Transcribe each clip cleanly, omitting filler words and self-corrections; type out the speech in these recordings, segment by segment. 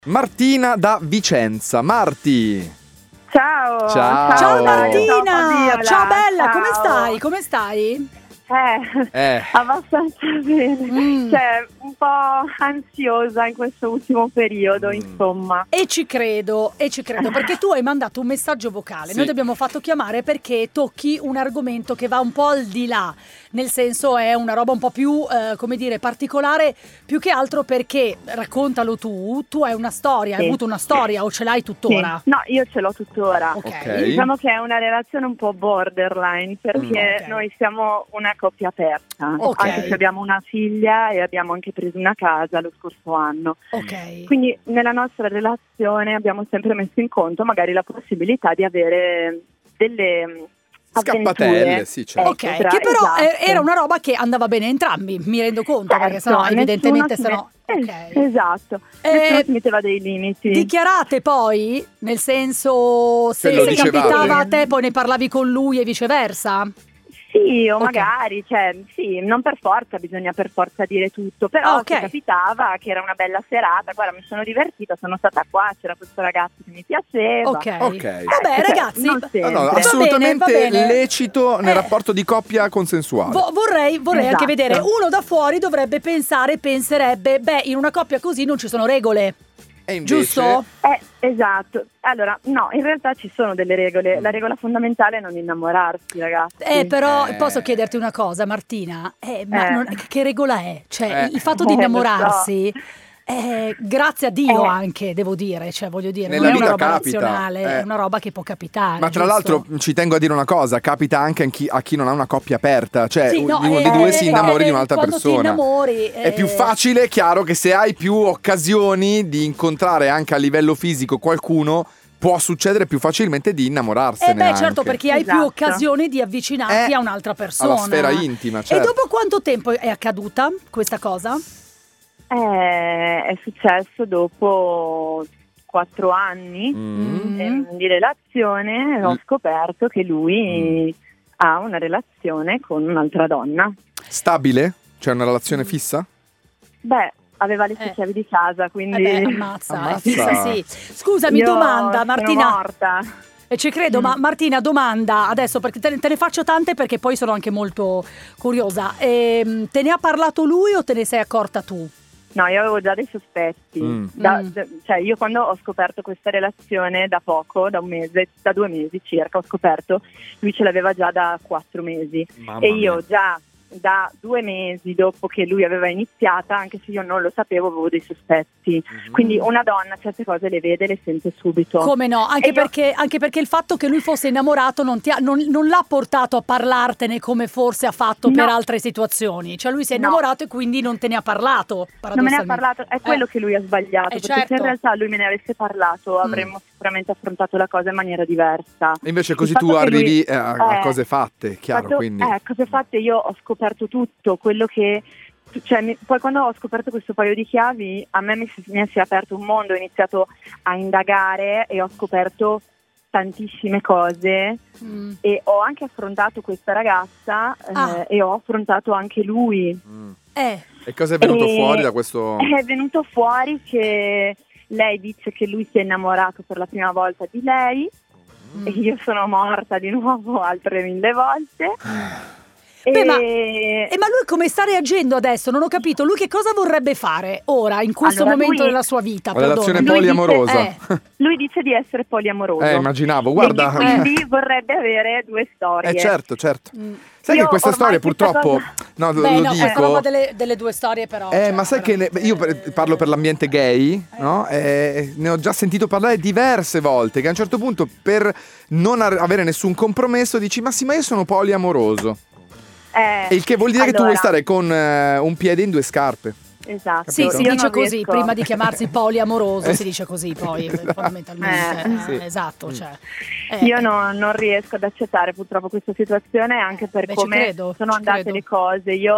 Martina da Vicenza. Marti. Ciao. Ciao Martina. Ciao bella, ciao. Come stai? Abbastanza bene. Cioè, un po' ansiosa in questo ultimo periodo, insomma. E ci credo, perché tu hai mandato un messaggio vocale. Sì. Noi ti abbiamo fatto chiamare perché tocchi un argomento che va un po' al di là. Nel senso è una roba un po' più, particolare, più che altro perché, raccontalo tu hai una storia, Sì. hai avuto una storia o ce l'hai tuttora? Sì. No, io ce l'ho tuttora. Ok. Diciamo che è una relazione un po' borderline, perché Ok. noi siamo una coppia aperta. Ok. Anche se abbiamo una figlia e abbiamo anche preso una casa lo scorso anno. Ok. Quindi nella nostra relazione abbiamo sempre messo in conto magari la possibilità di avere delle Scappatelle, avventure. sì, certo. Ok, che però esatto. era una roba che andava bene a entrambi, mi rendo conto, perché sennò evidentemente nessuno sennò... si Ok. esatto. Nessuno si metteva dei limiti. Dichiarate poi, nel senso, Se lo se dicevate. capitava a te poi ne parlavi con lui e viceversa? Sì, o Ok. magari, sì, non per forza, bisogna per forza dire tutto, però Ok. se capitava che era una bella serata, guarda, mi sono divertita, sono stata qua, c'era questo ragazzo che mi piaceva. Ok. Ok. Vabbè, Cioè, ragazzi, non sempre. No, Va assolutamente bene. lecito nel rapporto di coppia consensuale. vorrei anche Esatto. vedere, uno da fuori dovrebbe penserebbe, in una coppia così non ci sono regole, E invece, giusto? Esatto. Allora, no, in realtà ci sono delle regole. La regola fondamentale è non innamorarsi, ragazzi. Però posso chiederti una cosa, Martina? Che regola è? Cioè, il fatto di lo so. innamorarsi, grazie a Dio anche, devo dire, cioè voglio dire, Nella non è una vita roba capita, razionale, è una roba che può capitare. ma tra giusto? l'altro ci tengo a dire una cosa, capita anche a chi non ha una coppia aperta, cioè Sì, no, uno dei due si innamori di un'altra quando persona. ti innamori, È più facile, chiaro, che se hai più occasioni di incontrare anche a livello fisico qualcuno, può succedere più facilmente di innamorarsene anche. certo, perché hai più Esatto. occasioni di avvicinarti a un'altra persona. Alla sfera intima, E certo. dopo quanto tempo è accaduta questa cosa? È successo dopo 4 anni di relazione, ho scoperto che lui ha una relazione con un'altra donna. Stabile? C'è una relazione fissa? Beh, aveva le sue chiavi di casa, quindi Ammazza. Sì. Scusami, io domanda, Martina. sono morta. E ci credo, ma Martina, domanda adesso, perché te ne faccio tante perché poi sono anche molto curiosa. Te ne ha parlato lui o te ne sei accorta tu? No, io avevo già dei sospetti. Cioè, io quando ho scoperto questa relazione da poco, da 2 mesi circa, ho scoperto, lui ce l'aveva già da 4 mesi. Mamma E io mia. già da 2 mesi dopo che lui aveva iniziata, anche se io non lo sapevo, avevo dei sospetti. Quindi una donna certe cose le vede, le sente subito. Come no? Anche E io- perché il fatto che lui fosse innamorato non l'ha portato a parlartene come forse ha fatto per No. altre situazioni. Cioè lui si è No. innamorato e quindi non te ne ha parlato, Non me ne ha paradossalmente. parlato, è quello che lui ha sbagliato, perché se certo. in realtà lui me ne avesse parlato avremmo sicuramente affrontato la cosa in maniera diversa. E invece così Il tu fatto che arrivi lui- a cose fatte, chiaro, fatto- quindi... cose fatte, io ho scoperto tutto, quello che... Cioè, poi quando ho scoperto questo paio di chiavi, a me mi si è aperto un mondo, ho iniziato a indagare e ho scoperto tantissime cose e ho anche affrontato questa ragazza e ho affrontato anche lui. E cosa è venuto fuori da questo... È venuto fuori che lei dice che lui si è innamorato per la prima volta di lei e io sono morta di nuovo altre 1000 volte. Ma lui come sta reagendo adesso? Non ho capito. Lui che cosa vorrebbe fare ora, in questo Allora, momento lui- della sua vita? Una relazione perdonami. poliamorosa. Lui dice di essere poliamoroso. Immaginavo, guarda... E quindi vorrebbe avere 2 storie. certo. Sai Io che queste ormai storie purtroppo... No, Beh, lo no, questa dico... roba delle 2 storie però. ma sai che io parlo per l'ambiente gay, no? Ne ho già sentito parlare diverse volte, che a un certo punto per non avere nessun compromesso dici ma sì, ma io sono poliamoroso. E il che vuol dire che tu vuoi stare con un piede in 2 scarpe. Esatto. Sì, si Io dice non così, riesco- prima di chiamarsi poliamoroso si dice così poi fondamentalmente. Sì. Esatto, cioè. Io non riesco ad accettare purtroppo questa situazione anche per Beh, come ci credo. sono andate le cose. Io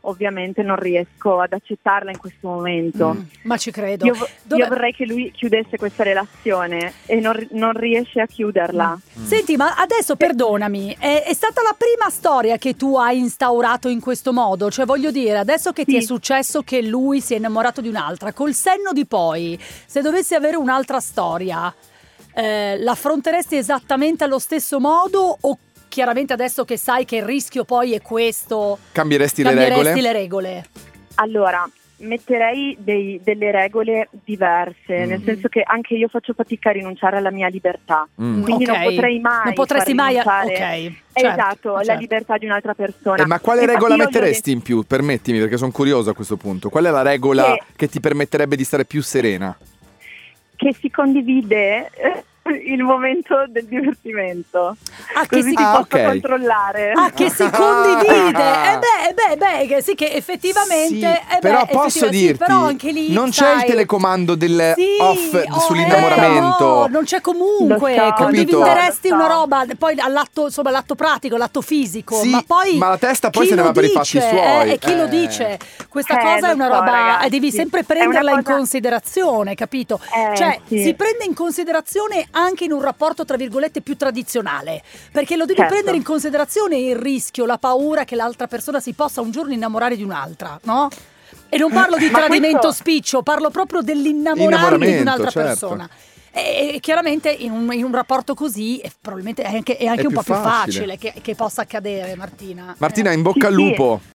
ovviamente non riesco ad accettarla in questo momento. Ma ci credo. Io vorrei che lui chiudesse questa relazione e non riesce a chiuderla. Senti, ma adesso perdonami, è stata la prima storia che tu hai instaurato in questo modo? Cioè, voglio dire, adesso che ti è successo che lui si è innamorato di un'altra, col senno di poi, se dovessi avere un'altra storia, l'affronteresti esattamente allo stesso modo o chiaramente adesso che sai che il rischio poi è questo, cambieresti le regole? Allora, metterei delle regole diverse, nel senso che anche io faccio fatica a rinunciare alla mia libertà, quindi non potrei mai non potresti mai certo. Esatto, alla libertà di un'altra persona. Ma quale regola metteresti in più? Permettimi, perché sono curioso a questo punto. Qual è la regola che ti permetterebbe di stare più serena? Che si condivide il momento del divertimento, così ti posso controllare. Che si condivide. Che sì, che effettivamente però posso dirti, però anche lì non c'è il telecomando del off sull'innamoramento. No, non c'è comunque. Condivideresti una roba poi all'atto pratico, all'atto fisico, ma la testa poi se ne va per i fatti suoi. E chi lo dice? Questa cosa è una roba, ragazzi, devi sempre prenderla in considerazione, capito? Cioè, si prende in considerazione anche in un rapporto tra virgolette più tradizionale, perché lo devi prendere in considerazione il rischio, la paura che l'altra persona si possa un giorno innamorare di un'altra, no? E non parlo di tradimento spiccio, parlo proprio dell'innamorarmi di un'altra persona. E chiaramente in un rapporto così probabilmente è anche un po' più facile che possa accadere, Martina. Martina, in bocca al lupo.